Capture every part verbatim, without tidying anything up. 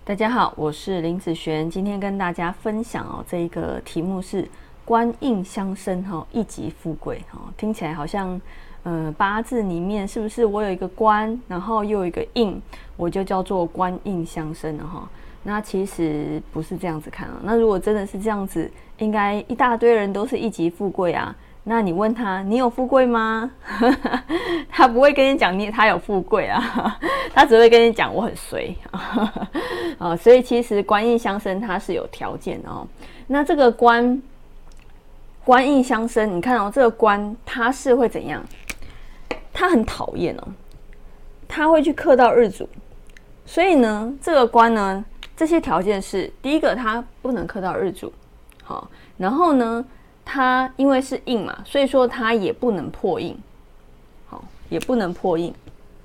大家好，我是林子璇，今天跟大家分享哦，这一个题目是官印相生哈，一级富贵哈，听起来好像呃八字里面是不是我有一个官，然后又有一个印，我就叫做官印相生了哈？那其实不是这样子看啊。那如果真的是这样子，应该一大堆人都是一级富贵啊。那你问他，你有富贵吗？他不会跟你讲你他有富贵啊，他只会跟你讲我很衰啊。所以其实官印相生它是有条件的哦。那这个官官印相生，你看哦，这个官它是会怎样？他很讨厌哦，他会去克到日主。所以呢，这个官呢，这些条件是第一个，他不能克到日主，好，然后呢。它因为是印嘛，所以说它也不能破印，好，也不能破印，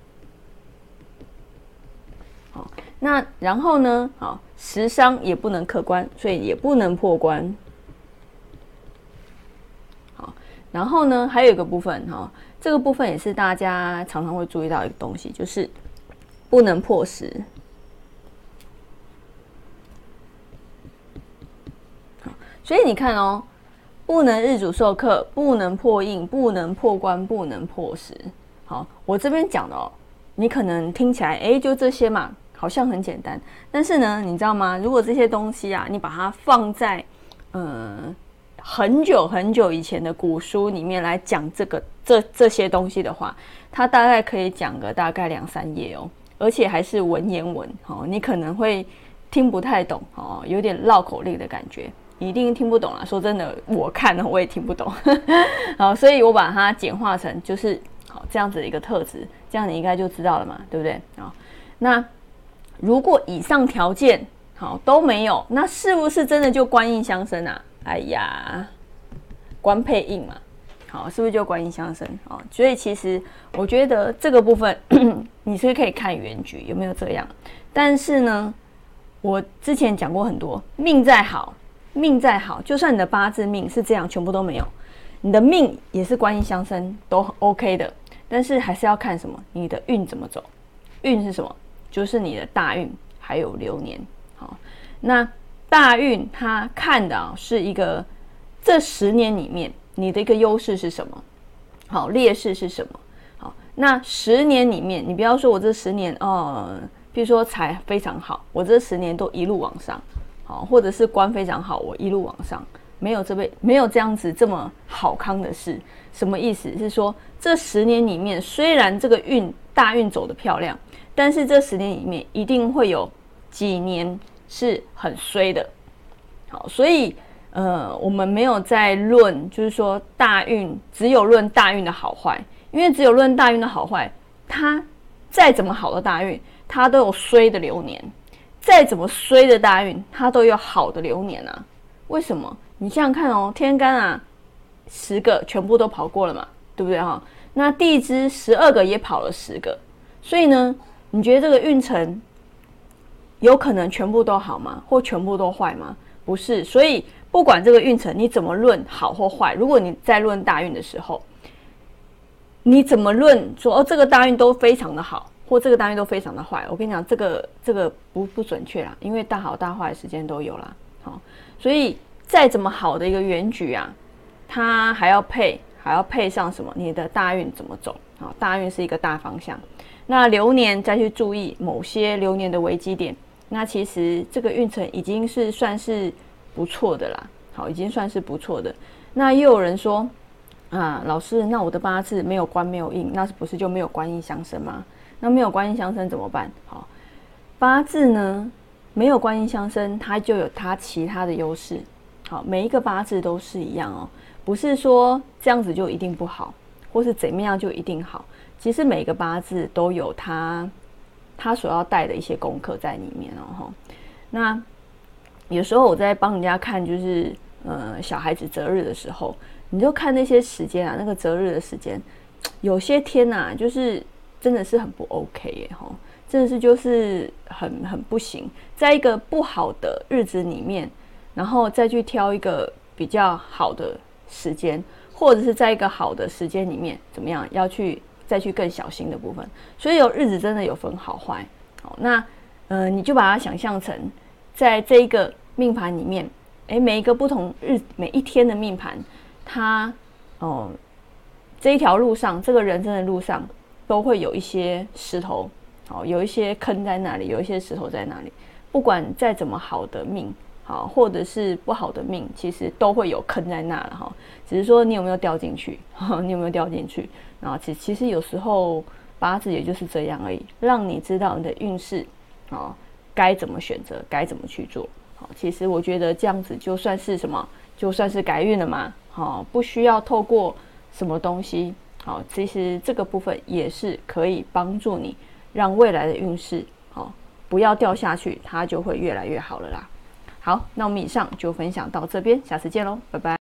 好，那然后呢，好，食伤也不能克官，所以也不能破官，好，然后呢，还有一个部分哈，这个部分也是大家常常会注意到一个东西，就是不能破食，好，所以你看哦。不能日主受克，不能破印，不能破官，不能破食。好，我这边讲的哦，你可能听起来，哎，就这些嘛，好像很简单。但是呢，你知道吗？如果这些东西啊，你把它放在呃很久很久以前的古书里面来讲这个这这些东西的话，它大概可以讲个大概两三页哦，而且还是文言文哦，你可能会听不太懂哦，有点绕口令的感觉。你一定听不懂啦，说真的，我看了我也听不懂。好，所以我把它简化成就是好这样子的一个特质，这样你应该就知道了嘛，对不对？好，那如果以上条件好都没有，那是不是真的就官印相生啊？哎呀，官配印嘛，好，是不是就官印相生？好，所以其实我觉得这个部分你是可以看原局有没有这样，但是呢，我之前讲过很多，命再好。命再好，就算你的八字命是这样，全部都没有，你的命也是官印相生，都 OK 的。但是还是要看什么，你的运怎么走。运是什么？就是你的大运还有流年。好，那大运它看的啊是一个这十年里面你的一个优势是什么？好，劣势是什么？好，那十年里面，你不要说我这十年哦，譬如说财非常好，我这十年都一路往上。好，或者是官非常好，我一路往上，没有这辈没有这样子这么好康的事。什么意思？是说这十年里面，虽然这个运大运走得漂亮，但是这十年里面一定会有几年是很衰的。好，所以呃，我们没有在论，就是说大运只有论大运的好坏，因为只有论大运的好坏，它再怎么好的大运，它都有衰的流年。再怎么衰的大运，它都有好的流年啊。为什么？你想想看哦，天干啊，十个全部都跑过了嘛，对不对哈？那地支十二个也跑了十个，所以呢，你觉得这个运程有可能全部都好吗？或全部都坏吗？不是。所以不管这个运程你怎么论好或坏，如果你在论大运的时候，你怎么论说哦，这个大运都非常的好。或这个大运都非常的坏，我跟你讲，这个这个不不准确啦，因为大好大坏的时间都有啦，好，所以再怎么好的一个原局啊，它还要配还要配上什么？你的大运怎么走？好，大运是一个大方向，那流年再去注意某些流年的危机点，那其实这个运程已经是算是不错的啦，好，已经算是不错的。那又有人说啊，老师，那我的八字没有官没有印，那不是就没有官印相生吗？那没有官印相生怎么办？好，八字呢没有官印相生，它就有它其他的优势。好，每一个八字都是一样哦，不是说这样子就一定不好，或是怎么样就一定好。其实每个八字都有它它所要带的一些功课在里面哦。那有时候我在帮人家看，就是呃小孩子择日的时候，你就看那些时间啊，那个择日的时间，有些天啊，就是。真的是很不 OK 耶，真的是就是很很不行，在一个不好的日子里面，然后再去挑一个比较好的时间，或者是在一个好的时间里面怎么样，要去再去更小心的部分。所以有日子真的有分好坏。好，那呃，你就把它想象成在这一个命盘里面，哎，每一个不同日每一天的命盘，它哦、呃、这一条路上，这个人生的路上都会有一些石头，好、哦，有一些坑在那里，有一些石头在那里。不管再怎么好的命，好，或者是不好的命，其实都会有坑在那了哈。只是说你有没有掉进去，你有没有掉进去？然后其其实有时候八字也就是这样而已，让你知道你的运势啊该怎么选择，该怎么去做。好，其实我觉得这样子就算是什么，就算是改运了嘛。好，不需要透过什么东西。好，其实这个部分也是可以帮助你，让未来的运势好不要掉下去，它就会越来越好了啦。好，那我们以上就分享到这边，下次见喽，拜拜。